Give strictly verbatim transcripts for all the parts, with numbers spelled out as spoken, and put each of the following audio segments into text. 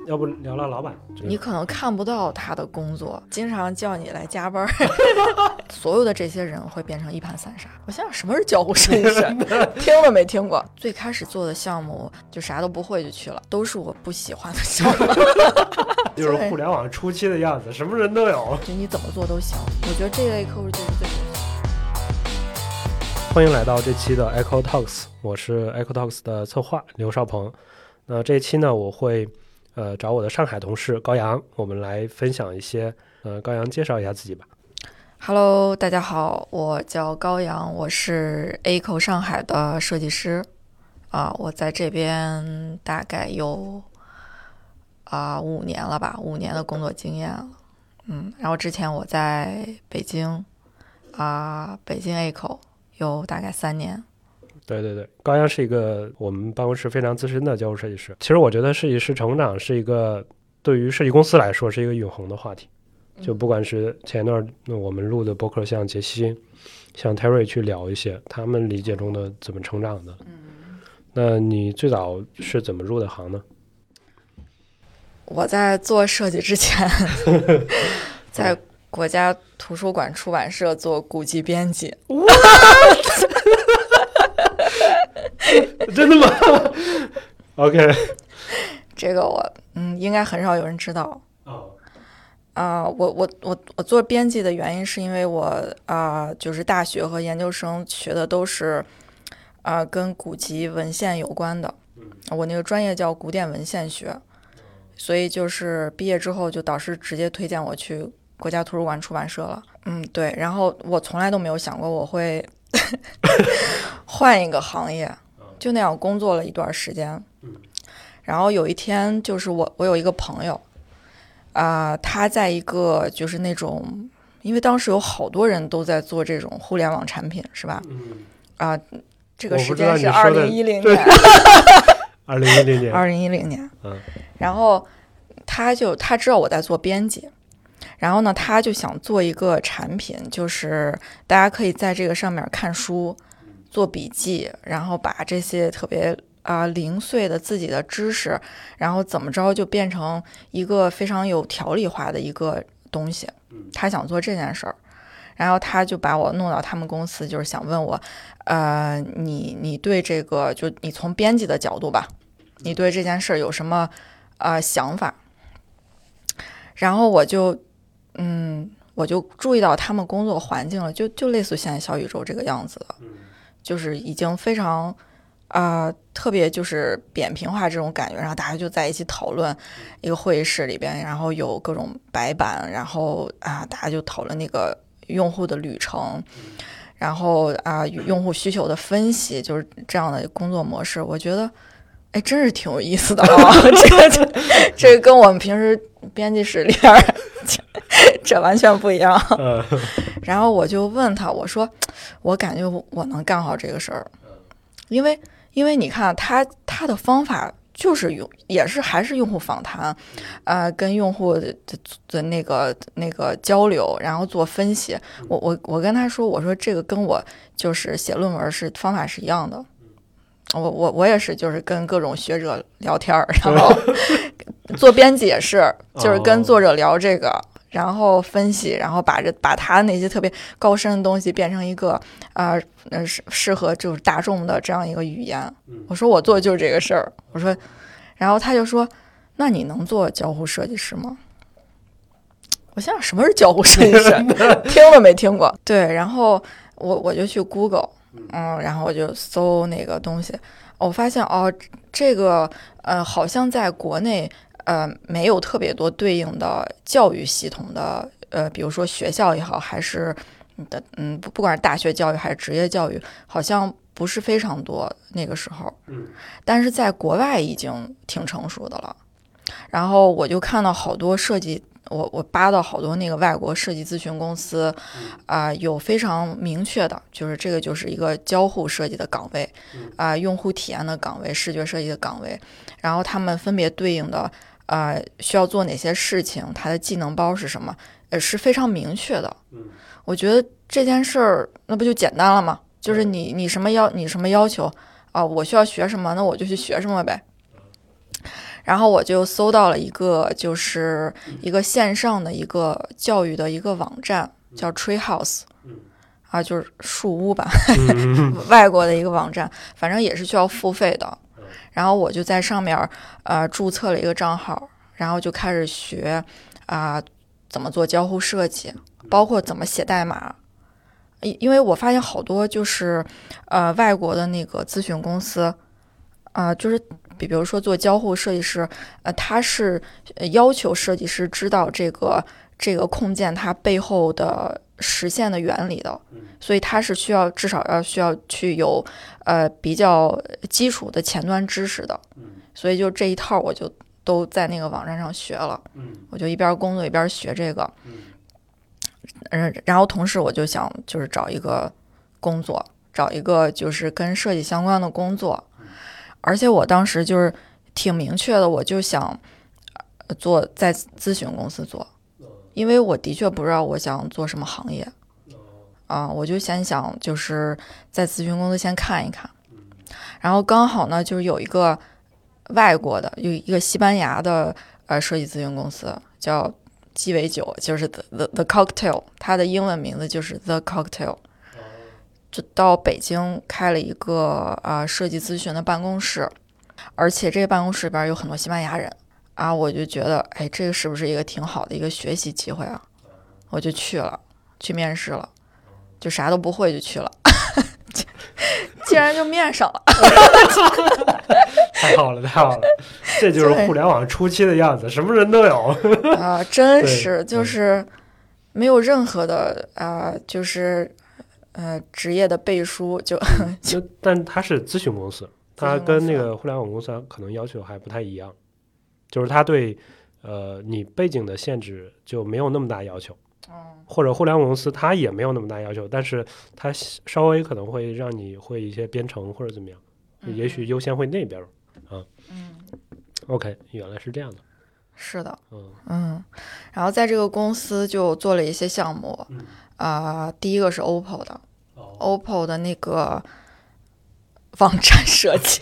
要不聊聊老板？ 你可能看不到他的工作，经常叫你来加班。所有的这些人会变成一盘散沙。我想想，什么是交互设计师？听都没听过。最开始做的项目就啥都不会就去了，都是我不喜欢的项目。 就是互联网初期的样子，什么人都有， 就你怎么做都行。我觉得这类客户就是最重要的。 欢迎来到这期的 Echo Talks， 我是 Echo Talks 的策划刘少鹏。那这一期呢，我会呃找我的上海同事高阳，我们来分享一些呃高阳介绍一下自己吧。 Hello， 大家好，我叫高阳，我是 Echo 上海的设计师啊，我在这边大概有啊五年了吧，五年的工作经验了。嗯，然后之前我在北京啊，北京 Echo 有大概三年。 对对对，高阳是一个我们办公室非常资深的交互设计师。其实我觉得设计师成长是一个对于设计公司来说是一个永恒的话题。就不管是前一段我们录的播客，像杰西、像 Terry 去聊一些他们理解中的怎么成长的。那你最早是怎么入的行呢？ 我在做设计之前，在国家图书馆出版社做古籍编辑。 真的吗？OK， 这个我嗯，应该很少有人知道。 哦， 啊、呃，我我我我做编辑的原因是因为我啊、呃，就是大学和研究生学的都是啊、呃、跟古籍文献有关的。我那个专业叫古典文献学，所以就是毕业之后就导师直接推荐我去国家图书馆出版社了。嗯，对。然后我从来都没有想过我会换一个行业，就那样工作了一段时间。然后有一天，就是我我有一个朋友。啊、呃，他在一个就是那种，因为当时有好多人都在做这种互联网产品，是吧？啊、呃，这个时间是二零一零年， 二零一零年， 二零一零年。 嗯， 然后他就他知道我在做编辑，然后呢，他就想做一个产品，就是大家可以在这个上面看书、做笔记，然后把这些特别。啊、呃，零碎的自己的知识，然后怎么着就变成一个非常有条理化的一个东西。他想做这件事儿，然后他就把我弄到他们公司，就是想问我，呃，你你对这个，就你从编辑的角度吧，你对这件事儿有什么呃想法？然后我就，嗯，我就注意到他们工作环境了，就就类似现在小宇宙这个样子的，就是已经非常。啊、呃，特别就是扁平化这种感觉，然后大家就在一起讨论一个会议室里边，然后有各种白板，然后啊，大家就讨论那个用户的旅程，然后啊，用户需求的分析，就是这样的工作模式。我觉得，哎，真是挺有意思的啊！这个这个跟我们平时编辑室里边这, 这完全不一样。然后我就问他，我说，我感觉我能干好这个事儿，因为。因为你看他他的方法就是用也是还是用户访谈，呃，跟用户的的那个那个交流，然后做分析。我我我跟他说，我说这个跟我就是写论文是方法是一样的。我我我也是，就是跟各种学者聊天，然后做编辑也是，就是跟作者聊这个。然后分析，然后把这把他那些特别高深的东西变成一个啊呃适适合就是大众的这样一个语言。我说我做的就是这个事儿。我说，然后他就说，那你能做交互设计师吗？我想想什么是交互设计师，听都没听过。对，然后我我就去 Google， 嗯，然后我就搜那个东西，我发现哦，这个呃好像在国内。呃，没有特别多对应的教育系统的，呃，比如说学校也好，还是的，嗯，不不管是大学教育还是职业教育，好像不是非常多那个时候。嗯，但是在国外已经挺成熟的了。然后我就看到好多设计，我我扒到好多那个外国设计咨询公司，啊、呃，有非常明确的，就是这个就是一个交互设计的岗位，啊、呃，用户体验的岗位，视觉设计的岗位，然后他们分别对应的。呃，需要做哪些事情？它的技能包是什么？呃，是非常明确的。嗯，我觉得这件事儿那不就简单了吗？就是你你什么要你什么要求啊、呃？我需要学什么，那我就去学什么呗。 然后我就搜到了一个就是一个线上的一个教育的一个网站，叫 Treehouse， 啊，就是树屋吧，外国的一个网站，反正也是需要付费的。然后我就在上面呃注册了一个账号，然后就开始学啊、呃、怎么做交互设计，包括怎么写代码。因为我发现好多就是呃外国的那个咨询公司啊、呃，就是比比如说做交互设计师，呃，他是要求设计师知道这个这个控件它背后的实现的原理的，所以他是需要至少要需要去有呃比较基础的前端知识的，所以就这一套我就都在那个网站上学了，我就一边工作一边学这个。嗯，然后同时我就想就是找一个工作，找一个就是跟设计相关的工作，而且我当时就是挺明确的，我就想做在咨询公司做，因为我的确不知道我想做什么行业啊，我就先想就是在咨询公司先看一看，然后刚好呢就是有一个外国的有一个西班牙的呃设计咨询公司叫鸡尾酒，就是 the, the, the Cocktail， 它的英文名字就是 The Cocktail， 就到北京开了一个啊、呃、设计咨询的办公室，而且这个办公室里边有很多西班牙人啊，我就觉得哎，这个是不是一个挺好的一个学习机会啊？我就去了，去面试了，就啥都不会就去了，竟然就面上了。 太好了，太好了，这就是互联网初期的样子，什么人都有啊、呃，真是就是没有任何的啊、呃，就是呃职业的背书就就，但它是咨询公司，它跟那个互联网公司可能要求还不太一样，就是它对呃你背景的限制就没有那么大要求，或者互联网公司它也没有那么大要求，但是它稍微可能会让你会一些编程或者怎么样，也许优先会那边啊。 嗯 OK， 原来是这样的。 是的， 嗯嗯，然后在这个公司就做了一些项目，啊、呃，第一个是 O P P O 的、哦、O P P O 的那个网站设计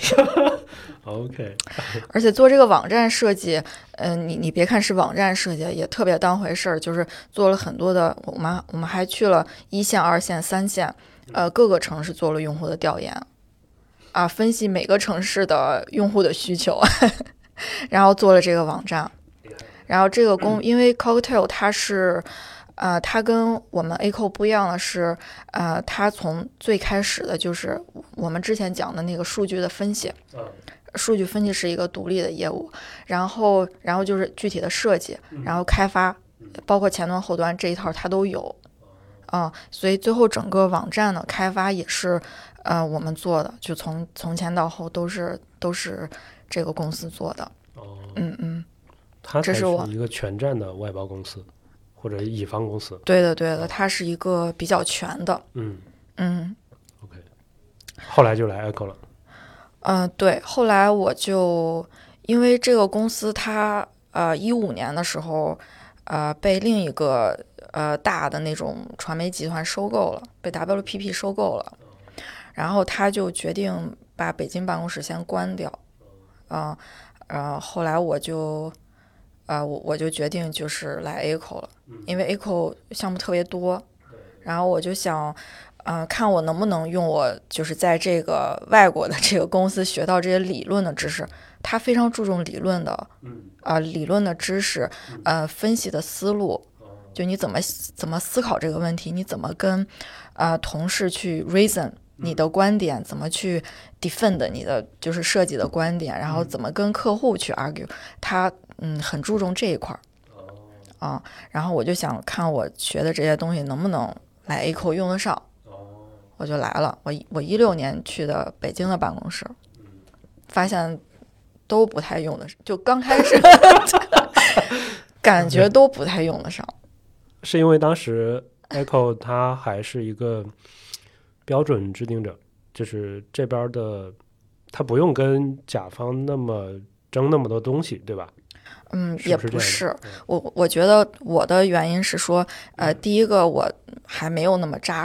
OK 而且做这个网站设计，嗯、呃，你你别看是网站设计，也特别当回事儿，就是做了很多的，我们我们还去了一线、二线、三线，呃，各个城市做了用户的调研，啊，分析每个城市的用户的需求，然后做了这个网站。然后这个公，因为 Cocktail 它是，呃，它跟我们 A C O 不一样的是，呃，它从最开始的就是我们之前讲的那个数据的分析，数据分析是一个独立的业务，然后，然后就是具体的设计，然后开发，包括前端后端这一套它都有，啊、呃，所以最后整个网站的开发也是，呃，我们做的，就从从前到后都是都是这个公司做的， 哦， 嗯嗯。 它才是这是我一个全站的外包公司或者乙方公司。 对的，对的，它是一个比较全的。 嗯嗯 ，OK。后来就来 Echo 了。 嗯、呃，对，后来我就因为这个公司它呃一五年的时候呃被另一个呃大的那种传媒集团收购了，被 W P P 收购了，然后他就决定把北京办公室先关掉。啊、呃，呃，后来我就。呃，我我就决定就是来 A C O 了，因为 A C O 项目特别多，然后我就想，呃，看我能不能用我就是在这个外国的这个公司学到这些理论的知识，它非常注重理论的，啊、呃，理论的知识，呃，分析的思路，就你怎么怎么思考这个问题，你怎么跟呃同事去 reason 你的观点，怎么去 defend 你的就是设计的观点，然后怎么跟客户去 argue， 他。嗯，很注重这一块儿，啊，然后我就想看我学的这些东西能不能来 A C O 用得上，我就来了。我我一六年去的北京的办公室，发现都不太用得上，就刚开始感觉都不太用得上。 是因为当时 Echo 它还是一个标准制定者，就是这边的它不用跟甲方那么争那么多东西，对吧？ 嗯， 是也不不是是，我我觉得我的原因是说，呃，第一个我还没有那么扎实，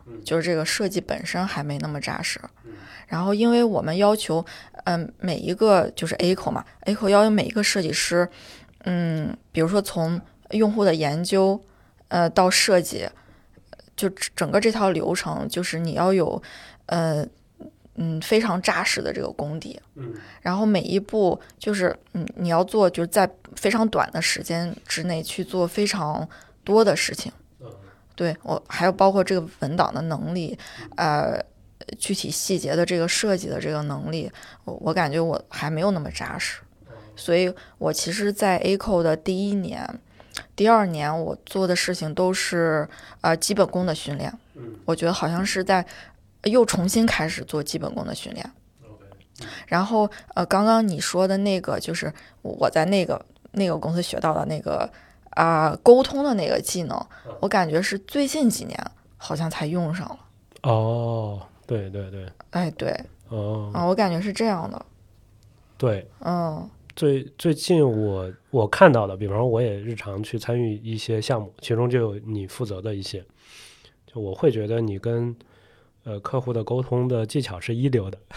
就是这个设计本身还没那么扎实。然后因为我们要求，嗯、呃，每一个就是 A 口嘛 ，A 口要求每一个设计师，嗯，比如说从用户的研究，呃，到设计，就整个这套流程，就是你要有，呃，嗯，非常扎实的这个功底。 嗯， 然后每一步就是嗯，你要做，就是在非常短的时间之内去做非常多的事情。对，我还有包括这个文档的能力，呃。具体细节的这个设计的这个能力，我我感觉我还没有那么扎实，所以我其实，在 A 扣的第一年、第二年，我做的事情都是呃基本功的训练。我觉得好像是在又重新开始做基本功的训练。然后呃，刚刚你说的那个，就是我在那个那个公司学到的那个啊、呃、沟通的那个技能，我感觉是最近几年好像才用上了。 哦。对对对， 哎对， 哦， 啊，我感觉是这样的。 对， 嗯， 最最近我我看到的，比方说我也日常去参与一些项目，其中就有你负责的一些，就我会觉得你跟呃客户的沟通的技巧是一流的，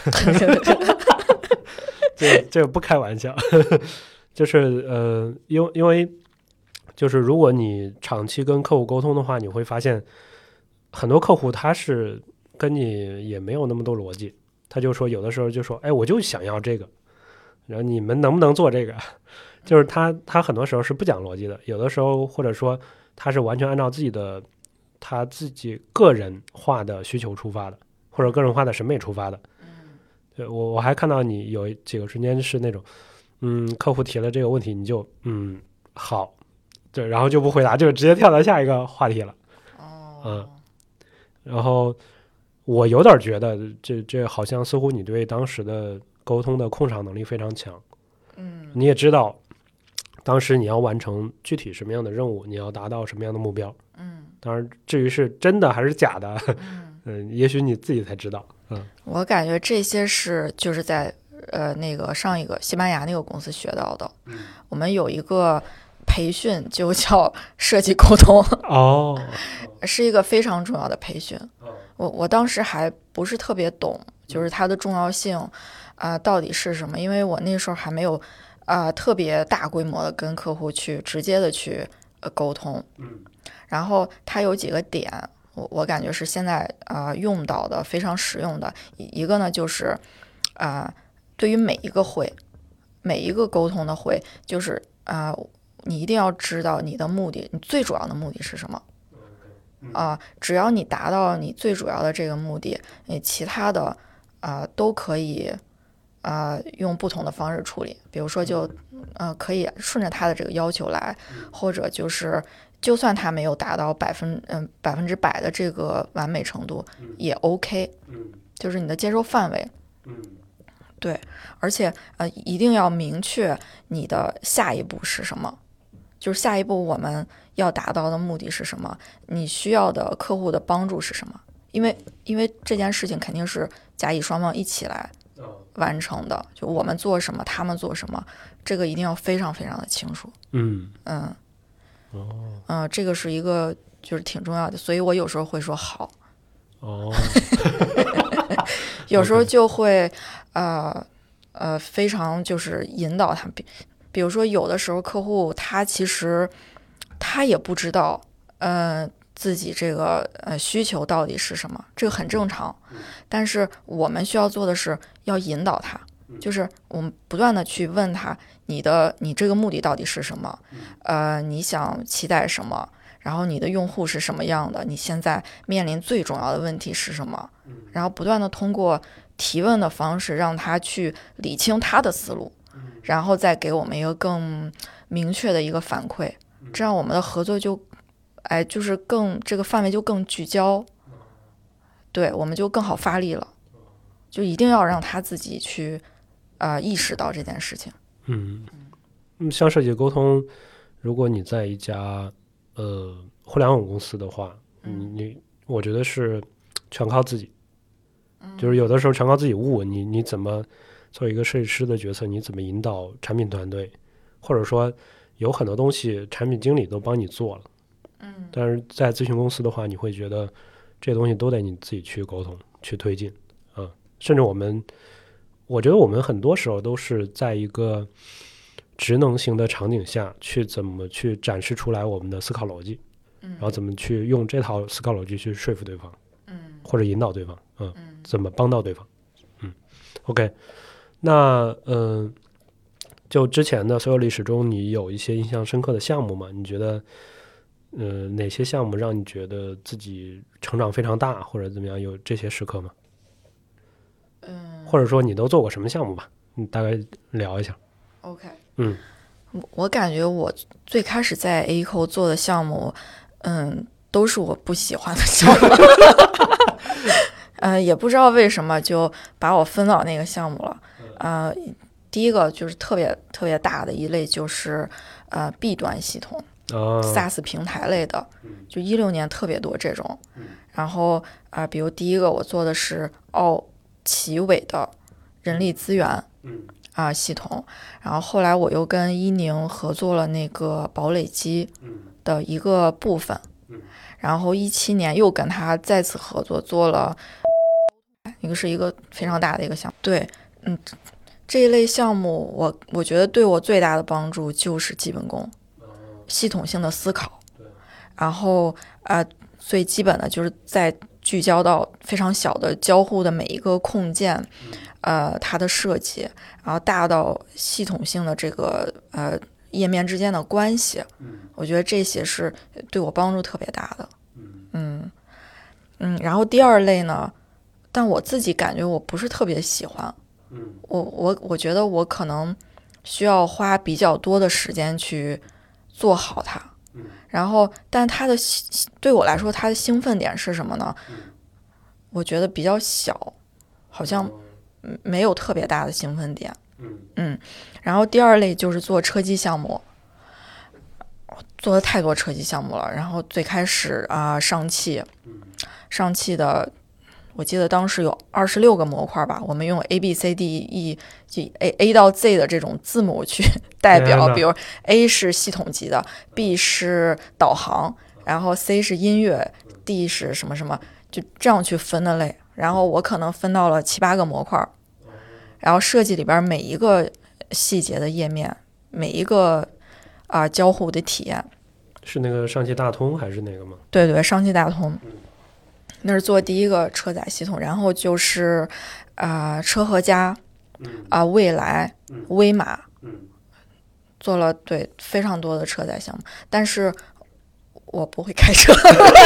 这这不开玩笑，就是呃，因为因为就是如果你长期跟客户沟通的话，你会发现很多客户他是。跟你也没有那么多逻辑，他就说有的时候就说，哎，我就想要这个，然后你们能不能做这个？就是他他很多时候是不讲逻辑的，有的时候或者说他是完全按照自己的他自己个人化的需求出发的，或者个人化的审美出发的。对，我我还看到你有几个瞬间是那种，嗯，客户提了这个问题，你就嗯好，对，然后就不回答，就直接跳到下一个话题了。 哦， 嗯，然后。我有点觉得这这好像似乎你对当时的沟通的控场能力非常强， 嗯， 你也知道当时你要完成具体什么样的任务，你要达到什么样的目标， 嗯， 当然至于是真的还是假的， 嗯， 嗯，也许你自己才知道，嗯， 我感觉这些是就是在呃那个上一个西班牙那个公司学到的， 嗯， 我们有一个培训就叫设计沟通， 哦， 是一个非常重要的培训。我我当时还不是特别懂，就是它的重要性，啊、呃，到底是什么？因为我那时候还没有，啊、呃，特别大规模的跟客户去直接的去呃沟通。 嗯， 然后它有几个点，我我感觉是现在啊、呃、用到的非常实用的。一个呢就是，啊、呃，对于每一个会，每一个沟通的会，就是啊、呃，你一定要知道你的目的，你最主要的目的是什么。啊、呃，只要你达到你最主要的这个目的，你其他的啊、呃、都可以啊、呃、用不同的方式处理。比如说就呃可以顺着他的这个要求来，或者就是就算他没有达到百分嗯、呃、百分之百的这个完美程度也 OK， 就是你的接受范围。对，而且呃一定要明确你的下一步是什么。就是下一步我们要达到的目的是什么？你需要的客户的帮助是什么？因为因为这件事情肯定是甲乙双方一起来完成的，就我们做什么，他们做什么，这个一定要非常非常的清楚。 嗯嗯， 哦， 嗯、呃，这个是一个就是挺重要的，所以我有时候会说好。 哦， 有时候就会呃呃非常就是引导他。比如说有的时候客户他其实他也不知道呃自己这个呃需求到底是什么，这个很正常，但是我们需要做的是要引导他，就是我们不断的去问他你的你这个目的到底是什么，呃你想期待什么，然后你的用户是什么样的，你现在面临最重要的问题是什么，然后不断的通过提问的方式让他去理清他的思路，然后再给我们一个更明确的一个反馈，这样我们的合作就，哎，就是更这个范围就更聚焦，对，我们就更好发力了，就一定要让他自己去，呃，意识到这件事情。 嗯，像设计沟通，如果你在一家呃互联网公司的话，你你我觉得是全靠自己，就是有的时候全靠自己悟，你你怎么。作为一个设计师的角色，你怎么引导产品团队，或者说有很多东西产品经理都帮你做了， 嗯， 但是在咨询公司的话，你会觉得这些东西都得你自己去沟通去推进啊。甚至我们我觉得我们很多时候都是在一个职能型的场景下去怎么去展示出来我们的思考逻辑， 嗯， 然后怎么去用这套思考逻辑去说服对方， 嗯， 或者引导对方，嗯， 嗯怎么帮到对方，嗯 OK。 那嗯、呃，就之前的所有历史中你有一些印象深刻的项目吗？你觉得呃哪些项目让你觉得自己成长非常大或者怎么样，有这些时刻吗？ 嗯， 或者说你都做过什么项目吧，你大概聊一下。 OK。 嗯我我感觉我最开始在 A 扣做的项目，嗯，都是我不喜欢的项目，呃，也不知道为什么就把我分到那个项目了。呃，第一个就是特别特别大的一类，就是呃 B 端系统、 啊 SaaS 平台类的，就一六年特别多这种。然后啊、呃，比如第一个我做的是奥奇伟的人力资源。啊、呃，系统，然后后来我又跟伊宁合作了那个堡垒机的一个部分，然后一七年又跟他再次合作做了，一个是一个非常大的一个项目。对，嗯，这一类项目我我觉得对我最大的帮助就是基本功，系统性的思考，然后啊、呃，最基本的就是在聚焦到非常小的交互的每一个控件。呃，它的设计，然后大到系统性的这个呃页面之间的关系，我觉得这些是对我帮助特别大的。嗯嗯，然后第二类呢，但我自己感觉我不是特别喜欢。我我我觉得我可能需要花比较多的时间去做好它。然后，但它的对我来说，它的兴奋点是什么呢？我觉得比较小，好像。没有特别大的兴奋点。嗯，然后第二类就是做车机项目，做的太多车机项目了。然后最开始啊、呃，上汽，上汽的，我记得当时有二十六个模块吧，我们用 A B C D E A A 到 Z 的这种字母去代表，比如 A 是系统级的 ，B 是导航，然后 C 是音乐 ，D 是什么什么，就这样去分的类。然后我可能分到了七八个模块，然后设计里边每一个细节的页面，每一个啊、呃、交互的体验。 是那个上汽大通还是哪个吗？ 对对，上汽大通，那是做第一个车载系统。然后就是啊、呃、车和家，啊、呃、蔚来、威马，做了对非常多的车载项目，但是我不会开车。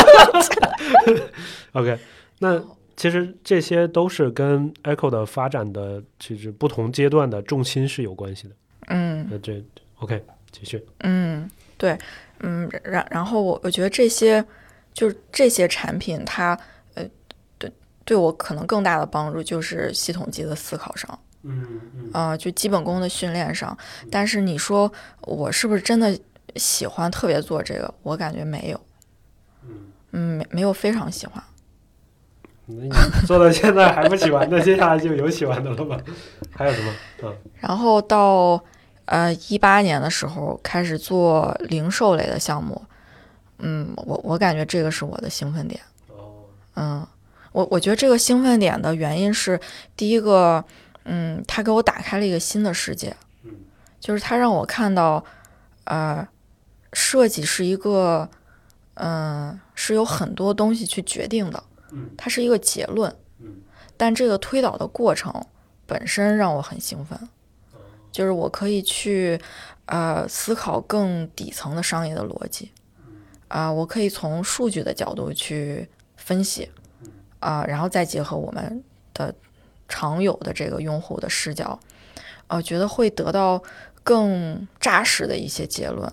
OK， 那。其实这些都是跟 Echo 的发展的其实不同阶段的重心是有关系的。 嗯， 那这 OK 继续。 嗯，对，嗯，然然后我我觉得这些就是这些产品它，呃，对对我可能更大的帮助就是系统级的思考上， 嗯嗯， 啊、呃，就基本功的训练上。但是你说我是不是真的喜欢特别做这个？我感觉没有，嗯，没没有非常喜欢。 那你做到现在还不喜欢，那接下来就有喜欢的了吧？还有什么？嗯， 然后到呃一八年的时候开始做零售类的项目，嗯，我我感觉这个是我的兴奋点。 哦， 嗯，我我觉得这个兴奋点的原因是，第一个，嗯，它给我打开了一个新的世界，就是它让我看到，呃，设计是一个，嗯、呃，是有很多东西去决定的。它是一个结论，但这个推导的过程本身让我很兴奋，就是我可以去呃思考更底层的商业的逻辑，啊、呃，我可以从数据的角度去分析，啊、呃，然后再结合我们的常有的这个用户的视角，呃，觉得会得到更扎实的一些结论。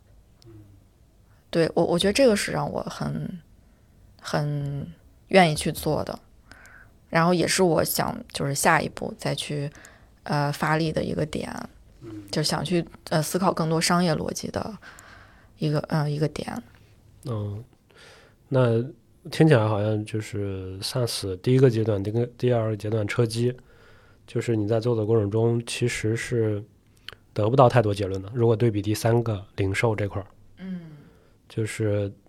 对，我我觉得这个是让我很很愿意去做的，然后也是我想就是下一步再去呃发力的一个点，就想去呃思考更多商业逻辑的一个嗯、呃、一个点。 嗯，那听起来好像就是 SaaS 第一个阶段，第个第二个阶段车机，就是你在做的过程中其实是得不到太多结论的。如果对比第三个零售这块，嗯，就是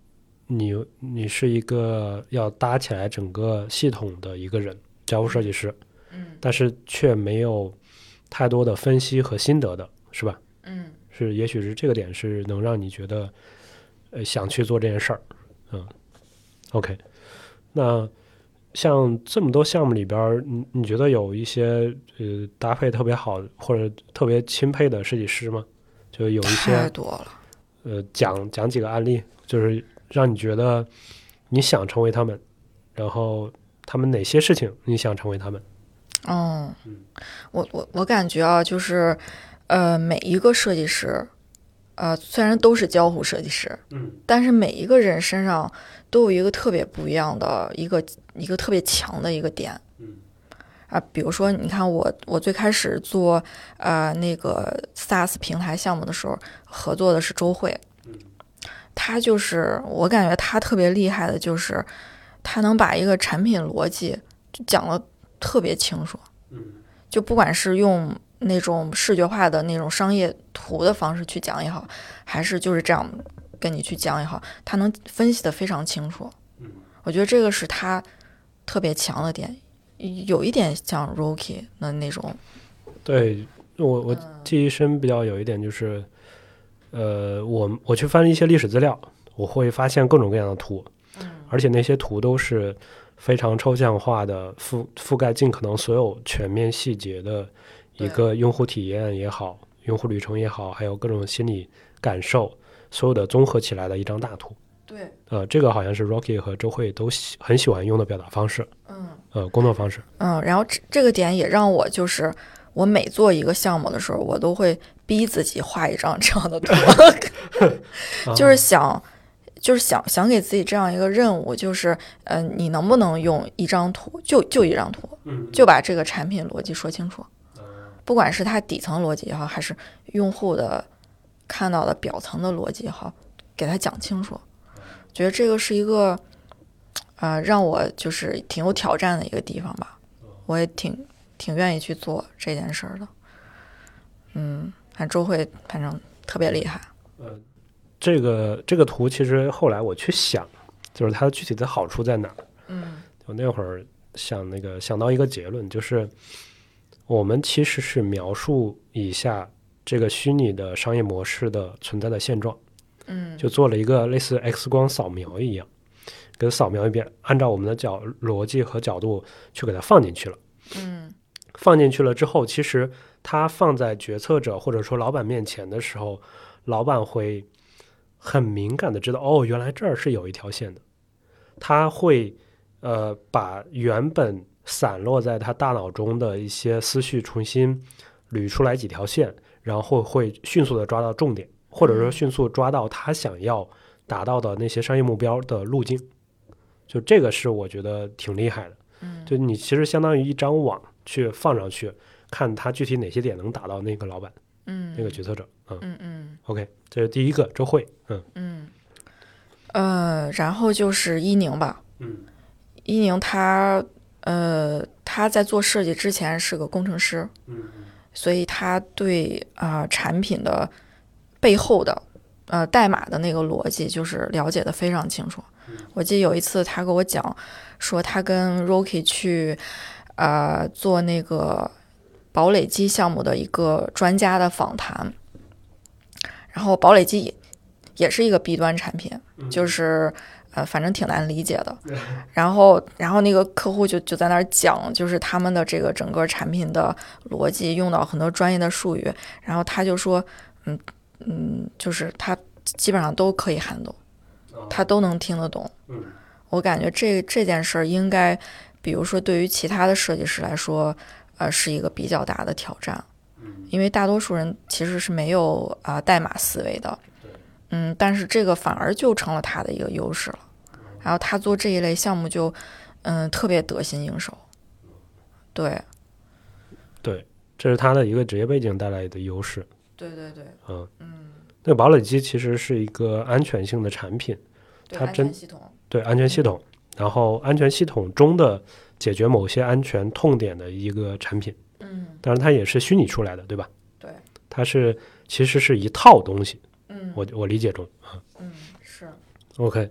你你是一个要搭起来整个系统的一个人，交互设计师， 嗯， 但是却没有太多的分析和心得的，是吧？ 嗯， 是，也许是这个点是能让你觉得，呃，想去做这件事儿。嗯 ，OK。那像这么多项目里边，你你觉得有一些呃搭配特别好或者特别钦佩的设计师吗？就有一些太多了。 呃，讲讲几个案例，就是让你觉得你想成为他们，然后他们哪些事情你想成为他们？ 嗯，我我我感觉啊，就是呃，每一个设计师，呃，虽然都是交互设计师， 嗯， 但是每一个人身上都有一个特别不一样的一个一个特别强的一个点。 嗯啊，比如说，你看我我最开始做呃那个 SaaS 平台项目的时候，合作的是周慧，他就是我感觉他特别厉害的，就是他能把一个产品逻辑就讲得特别清楚，就不管是用那种视觉化的那种商业图的方式去讲也好，还是就是这样跟你去讲也好，他能分析得非常清楚。我觉得这个是他特别强的点。有一点像 Rocky 的那种。 对，我我记忆深比较有一点就是，呃，我我去翻一些历史资料，我会发现各种各样的图，而且那些图都是非常抽象化的，覆覆盖尽可能所有全面细节的一个用户体验也好，用户旅程也好，还有各种心理感受，所有的综合起来的一张大图。 对， 呃，这个好像是 Rocky 和周慧都喜很喜欢用的表达方式， 嗯， 呃，工作方式， 嗯，然后这这个点也让我就是我每做一个项目的时候，我都会逼自己画一张这样的图，就是想就是想想给自己这样一个任务，就是呃，你能不能用一张图，就就一张图，就把这个产品逻辑说清楚，不管是它底层逻辑也好，还是用户的看到的表层的逻辑也好，给它讲清楚。觉得这个是一个，呃，让我就是挺有挑战的一个地方吧。我也挺挺愿意去做这件事儿的。嗯，反正周慧反正特别厉害。 呃，这个这个图其实后来我去想，就是它具体的好处在哪儿？ 嗯， 我那会儿想那个想到一个结论，就是我们其实是描述以下这个虚拟的商业模式的存在的现状。 嗯， 就做了一个类似 X 光扫描一样，给它扫描一遍，按照我们的角逻辑和角度去给它放进去了。 嗯， 放进去了之后，其实它放在决策者或者说老板面前的时候，老板会很敏感的知道，哦，原来这儿是有一条线的。他会呃把原本散落在他大脑中的一些思绪重新捋出来几条线，然后会迅速的抓到重点。或者说迅速抓到他想要达到的那些商业目标的路径，就这个是我觉得挺厉害的。 嗯， 就你其实相当于一张网去放上去，看他具体哪些点能打到那个老板， 嗯， 那个决策者。嗯嗯嗯 OK， 这是第一个周慧。嗯嗯，呃，然后就是伊宁吧。 嗯， 伊宁他呃他在做设计之前是个工程师， 嗯， 所以他对啊、呃、产品的背后的呃代码的那个逻辑就是了解的非常清楚。我记得有一次他跟我讲说，他跟 Rocky 去呃做那个堡垒机项目的一个专家的访谈，然后堡垒机也也是一个 B 端产品，就是呃反正挺难理解的。然后然后那个客户就就在那儿讲，就是他们的这个整个产品的逻辑用到很多专业的术语，然后他就说嗯。嗯，就是他基本上都可以handle，他都能听得懂。 嗯， 我感觉这这件事儿应该，比如说对于其他的设计师来说，呃，是一个比较大的挑战。嗯，因为大多数人其实是没有啊、呃、代码思维的。嗯，但是这个反而就成了他的一个优势了。然后他做这一类项目就，嗯，特别得心应手。对， 对，这是他的一个职业背景带来的优势。 对对对， 嗯嗯， 那个堡垒机其实是一个安全性的产品，它真安全系统， 对安全系统，然后安全系统中的解决某些安全痛点的一个产品。 嗯， 当然它也是虚拟出来的，对吧？ 对， 它是其实是一套东西。 嗯， 我我理解中啊， 嗯，是 OK，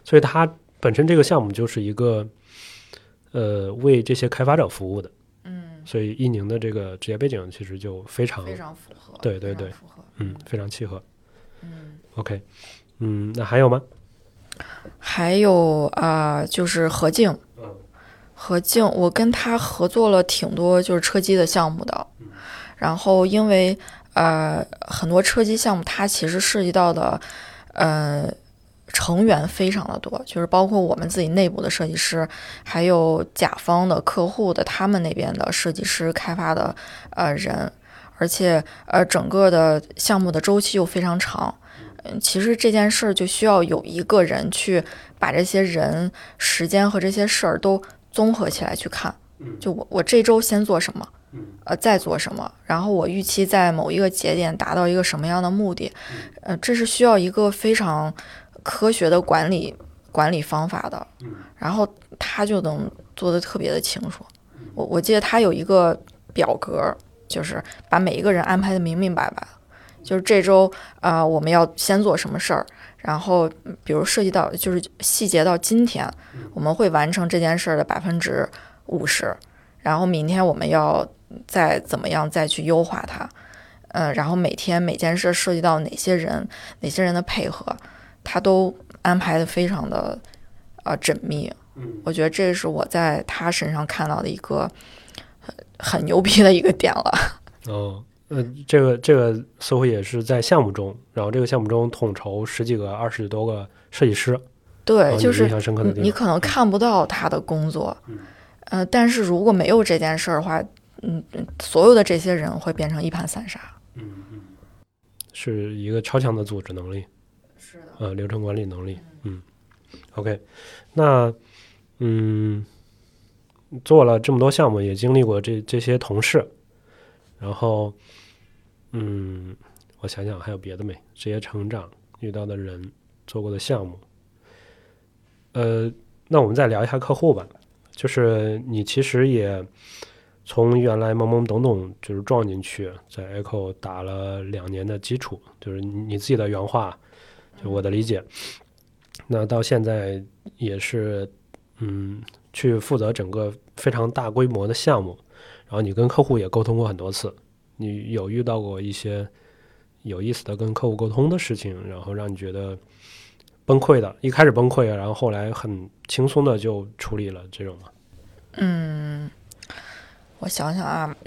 所以它本身这个项目就是一个呃为这些开发者服务的。 嗯， 所以一宁的这个职业背景其实就非常非常符合， 对对对， 符合， 嗯，非常契合。 嗯 OK， 嗯，那还有吗？ 还有啊、呃，就是何静， 嗯， 何静，我跟他合作了挺多就是车机的项目的， 嗯、 然后因为呃很多车机项目它其实涉及到的呃成员非常的多，就是包括我们自己内部的设计师，还有甲方的客户的他们那边的设计师开发的呃人，而且呃整个的项目的周期又非常长。嗯，其实这件事儿就需要有一个人去把这些人、时间和这些事儿都综合起来去看。就我我这周先做什么，呃，再做什么，然后我预期在某一个节点达到一个什么样的目的，呃，这是需要一个非常科学的管理管理方法的。然后他就能做得特别的清楚。我我记得他有一个表格，就是把每一个人安排的明明白白的。就是这周啊、呃，我们要先做什么事儿，然后比如涉及到就是细节到今天，我们会完成这件事儿的百分之五十，然后明天我们要再怎么样再去优化它，嗯、呃，然后每天每件事涉及到哪些人，哪些人的配合，他都安排的非常的呃缜密。我觉得这是我在他身上看到的一个很很牛逼的一个点了。 哦。呃，这个这个似乎也是在项目中，然后这个项目中统筹十几个、二十多个设计师。 对，就是印象深刻的地方你可能看不到他的工作， 嗯、 呃，但是如果没有这件事儿的话，嗯，所有的这些人会变成一盘散沙。 嗯嗯，是一个超强的组织能力， 是的， 呃，流程管理能力。嗯 ，OK， 那嗯，做了这么多项目，也经历过这这些同事。然后，嗯，我想想还有别的没？职业成长遇到的人，做过的项目。呃，那我们再聊一下客户吧。就是你其实也从原来懵懵懂懂就是撞进去，在 Echo 打了两年的基础，就是你自己的原话，就我的理解。那到现在也是，嗯，去负责整个非常大规模的项目。然后你跟客户也沟通过很多次，你有遇到过一些有意思的跟客户沟通的事情，然后让你觉得崩溃的，一开始崩溃，然后后来很轻松的就处理了这种吗？ 嗯，我想想啊，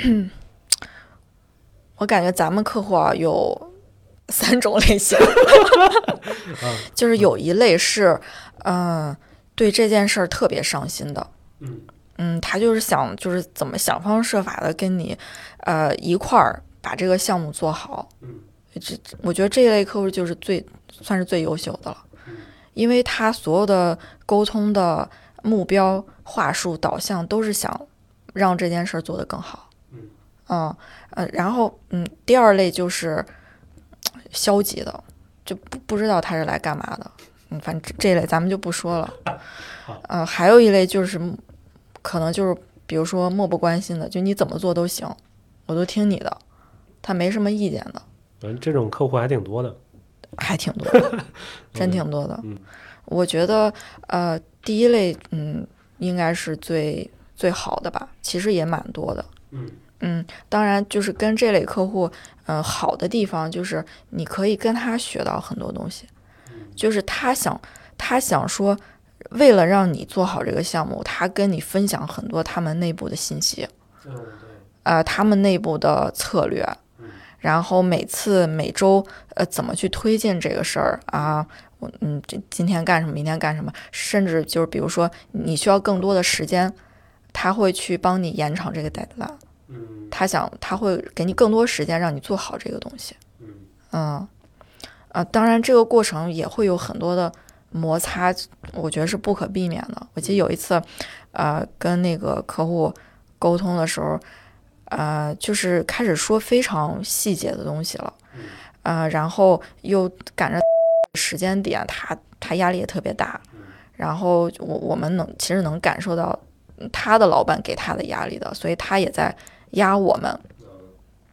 我感觉咱们客户啊有三种类型，就是有一类是，嗯、呃，对这件事儿特别上心的， 嗯。 嗯，他就是想，就是怎么想方设法的跟你，呃，一块儿把这个项目做好。 嗯， 这我觉得这一类客户就是最算是最优秀的了，因为他所有的沟通的目标、话术、导向都是想让这件事儿做得更好。 嗯， 嗯呃，然后嗯，第二类就是消极的，就不不知道他是来干嘛的。嗯，反正这一类咱们就不说了。呃，还有一类就是。可能就是比如说漠不关心的，就你怎么做都行，我都听你的，他没什么意见的。 嗯，这种客户还挺多的， 还挺多的，真挺多的。 嗯， 我觉得呃，第一类嗯应该是最最好的吧，其实也蛮多的。 嗯嗯，当然就是跟这类客户，嗯、呃，好的地方就是你可以跟他学到很多东西，就是他想他想说。为了让你做好这个项目，他跟你分享很多他们内部的信息， 嗯，对， 呃，他们内部的策略， 嗯， 然后每次每周呃怎么去推进这个事儿啊，我嗯，这今天干什么，明天干什么，甚至就是比如说你需要更多的时间，他会去帮你延长这个 deadline， 嗯， 他想他会给你更多时间让你做好这个东西， 嗯， 嗯，啊，当然这个过程也会有很多的。摩擦，我觉得是不可避免的。我记得有一次，呃，跟那个客户沟通的时候，呃，就是开始说非常细节的东西了，呃，然后又赶着时间点，他他压力也特别大，然后我我们能其实能感受到他的老板给他的压力的，所以他也在压我们。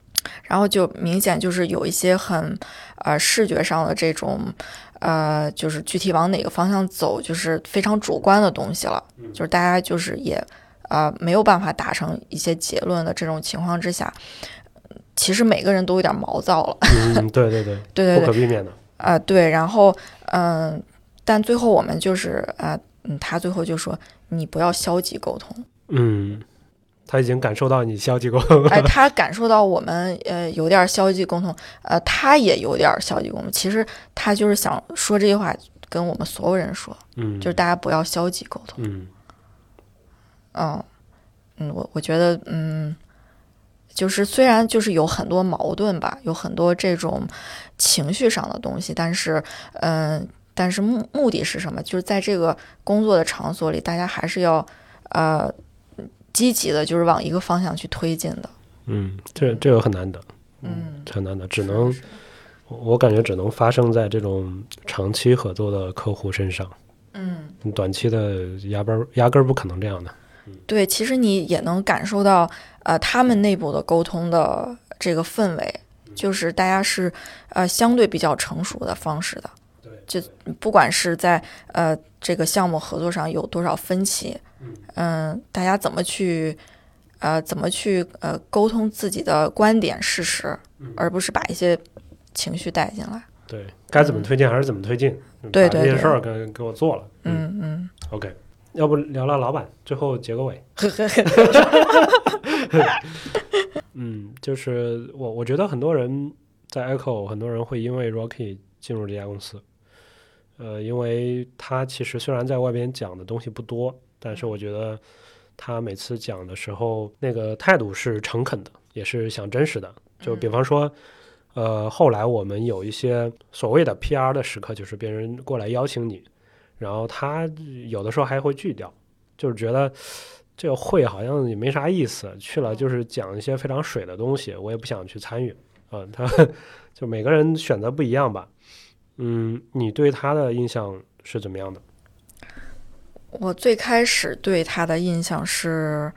然后就明显就是有一些很呃视觉上的这种呃就是具体往哪个方向走，就是非常主观的东西了，就是大家就是也呃没有办法达成一些结论的这种情况之下，其实每个人都有点毛躁了。 嗯，对对对对对对， 不可避免的。 啊、呃，对，然后嗯、呃，但最后我们就是啊、呃，嗯，他最后就说你不要消极沟通。 嗯，他已经感受到你消极沟通了。 哎，他感受到我们呃有点消极沟通，呃，他也有点消极沟通。其实他就是想说这句话跟我们所有人说， 嗯， 就是大家不要消极沟通。 嗯嗯嗯，我我觉得嗯。就是虽然就是有很多矛盾吧，有很多这种情绪上的东西，但是，嗯、呃，但是目目的是什么？就是在这个工作的场所里，大家还是要呃积极的，就是往一个方向去推进的。 嗯，这这个很难得， 嗯， 很难得，只能我感觉只能发生在这种长期合作的客户身上。 嗯， 短期的压根儿压根儿不可能这样的。 对，其实你也能感受到，呃，他们内部的沟通的这个氛围，就是大家是呃相对比较成熟的方式的。 对， 就不管是在呃这个项目合作上有多少分歧，嗯、呃，大家怎么去呃怎么去呃沟通自己的观点事实，而不是把一些情绪带进来。 对，该怎么推进还是怎么推进。 对对对， 把这些事儿给给我做了。 嗯嗯。 OK。要不聊聊老板，最后结个尾。嗯，就是我我觉得很多人在 Echo， 很多人会因为 Rocky 进入这家公司，呃，因为他其实虽然在外边讲的东西不多，但是我觉得他每次讲的时候，那个态度是诚恳的，也是想真实的。就比方说，呃，后来我们有一些所谓的 P R 的时刻，就是别人过来邀请你。然后他有的时候还会拒掉，就是觉得这个会好像也没啥意思，去了就是讲一些非常水的东西，我也不想去参与啊、呃。他就每个人选择不一样吧。嗯，你对他的印象是怎么样的？ 我最开始对他的印象是，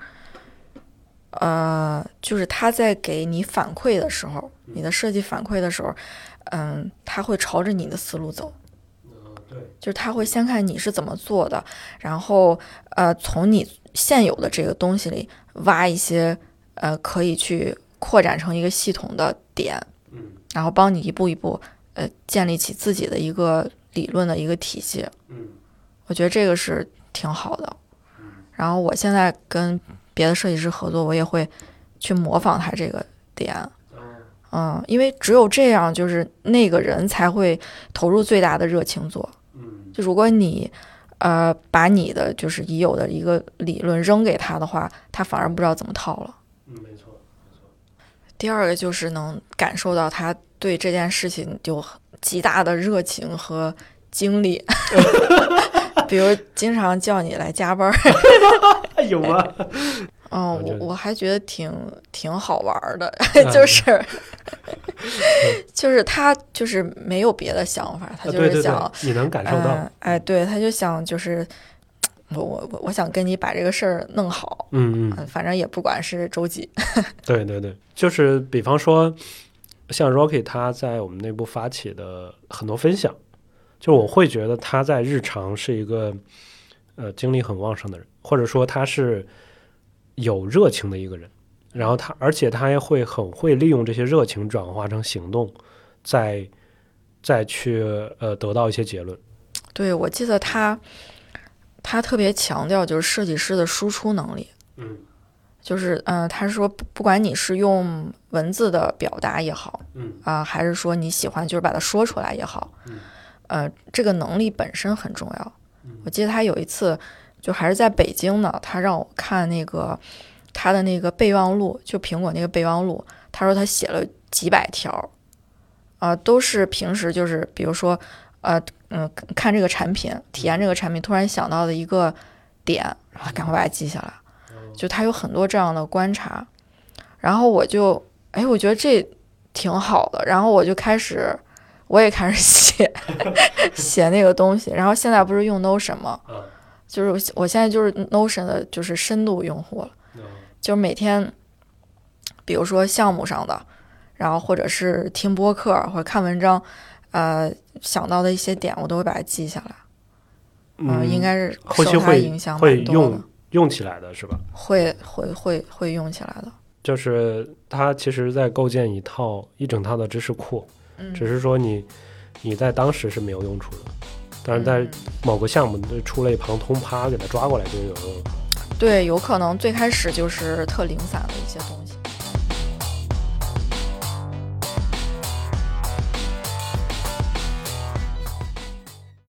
呃，就是他在给你反馈的时候，你的设计反馈的时候，嗯，他会朝着你的思路走。就是他会先看你是怎么做的，然后呃，从你现有的这个东西里挖一些呃可以去扩展成一个系统的点，然后帮你一步一步呃建立起自己的一个理论的一个体系。我觉得这个是挺好的。然后我现在跟别的设计师合作，我也会去模仿他这个点。嗯，因为只有这样，就是那个人才会投入最大的热情做。就如果你，呃，把你的就是已有的一个理论扔给他的话，他反而不知道怎么套了。 嗯，没错，没错。 第二个就是能感受到他对这件事情有极大的热情和精力，比如经常叫你来加班。 有吗？ 嗯，我我还觉得挺挺好玩的，就是就是他就是没有别的想法，他就是想、 啊、对对对，你能感受到， 嗯、哎，对，他就想就是我我我我想跟你把这个事儿弄好， 嗯嗯，反正也不管是周几。 对对对，就是比方说像 Rocky 他在我们内部发起的很多分享，就我会觉得他在日常是一个呃精力很旺盛的人，或者说他是有热情的一个人，然后他而且他也会很会利用这些热情转化成行动，再再去呃得到一些结论。 对，我记得他他特别强调就是设计师的输出能力。 嗯， 就是嗯、呃，他说不管你是用文字的表达也好， 嗯啊、呃，还是说你喜欢就是把它说出来也好， 嗯， 呃，这个能力本身很重要。我记得他有一次就还是在北京呢，他让我看那个他的那个备忘录，就苹果那个备忘录，他说他写了几百条，啊、呃，都是平时就是比如说呃嗯看这个产品，体验这个产品，突然想到的一个点，然后赶快把它记下来。就他有很多这样的观察，然后我就哎，我觉得这挺好的，然后我就开始我也开始写写那个东西，然后现在不是用 Notion 吗？就是我现在就是 Notion 的就是深度用户了，就是每天比如说项目上的， 然后或者是听播客或者看文章，呃，想到的一些点我都会把它记下来。嗯、呃，应该是受它影响会蛮多的。 用用起来的是吧？ 会会会会用起来的。 就是它其实在构建一套一整套的知识库， 嗯， 只是说你你在当时是没有用处的，但是在某个项目触类旁通，啪给它抓过来就有用。 对，有可能最开始就是特零散的一些东西。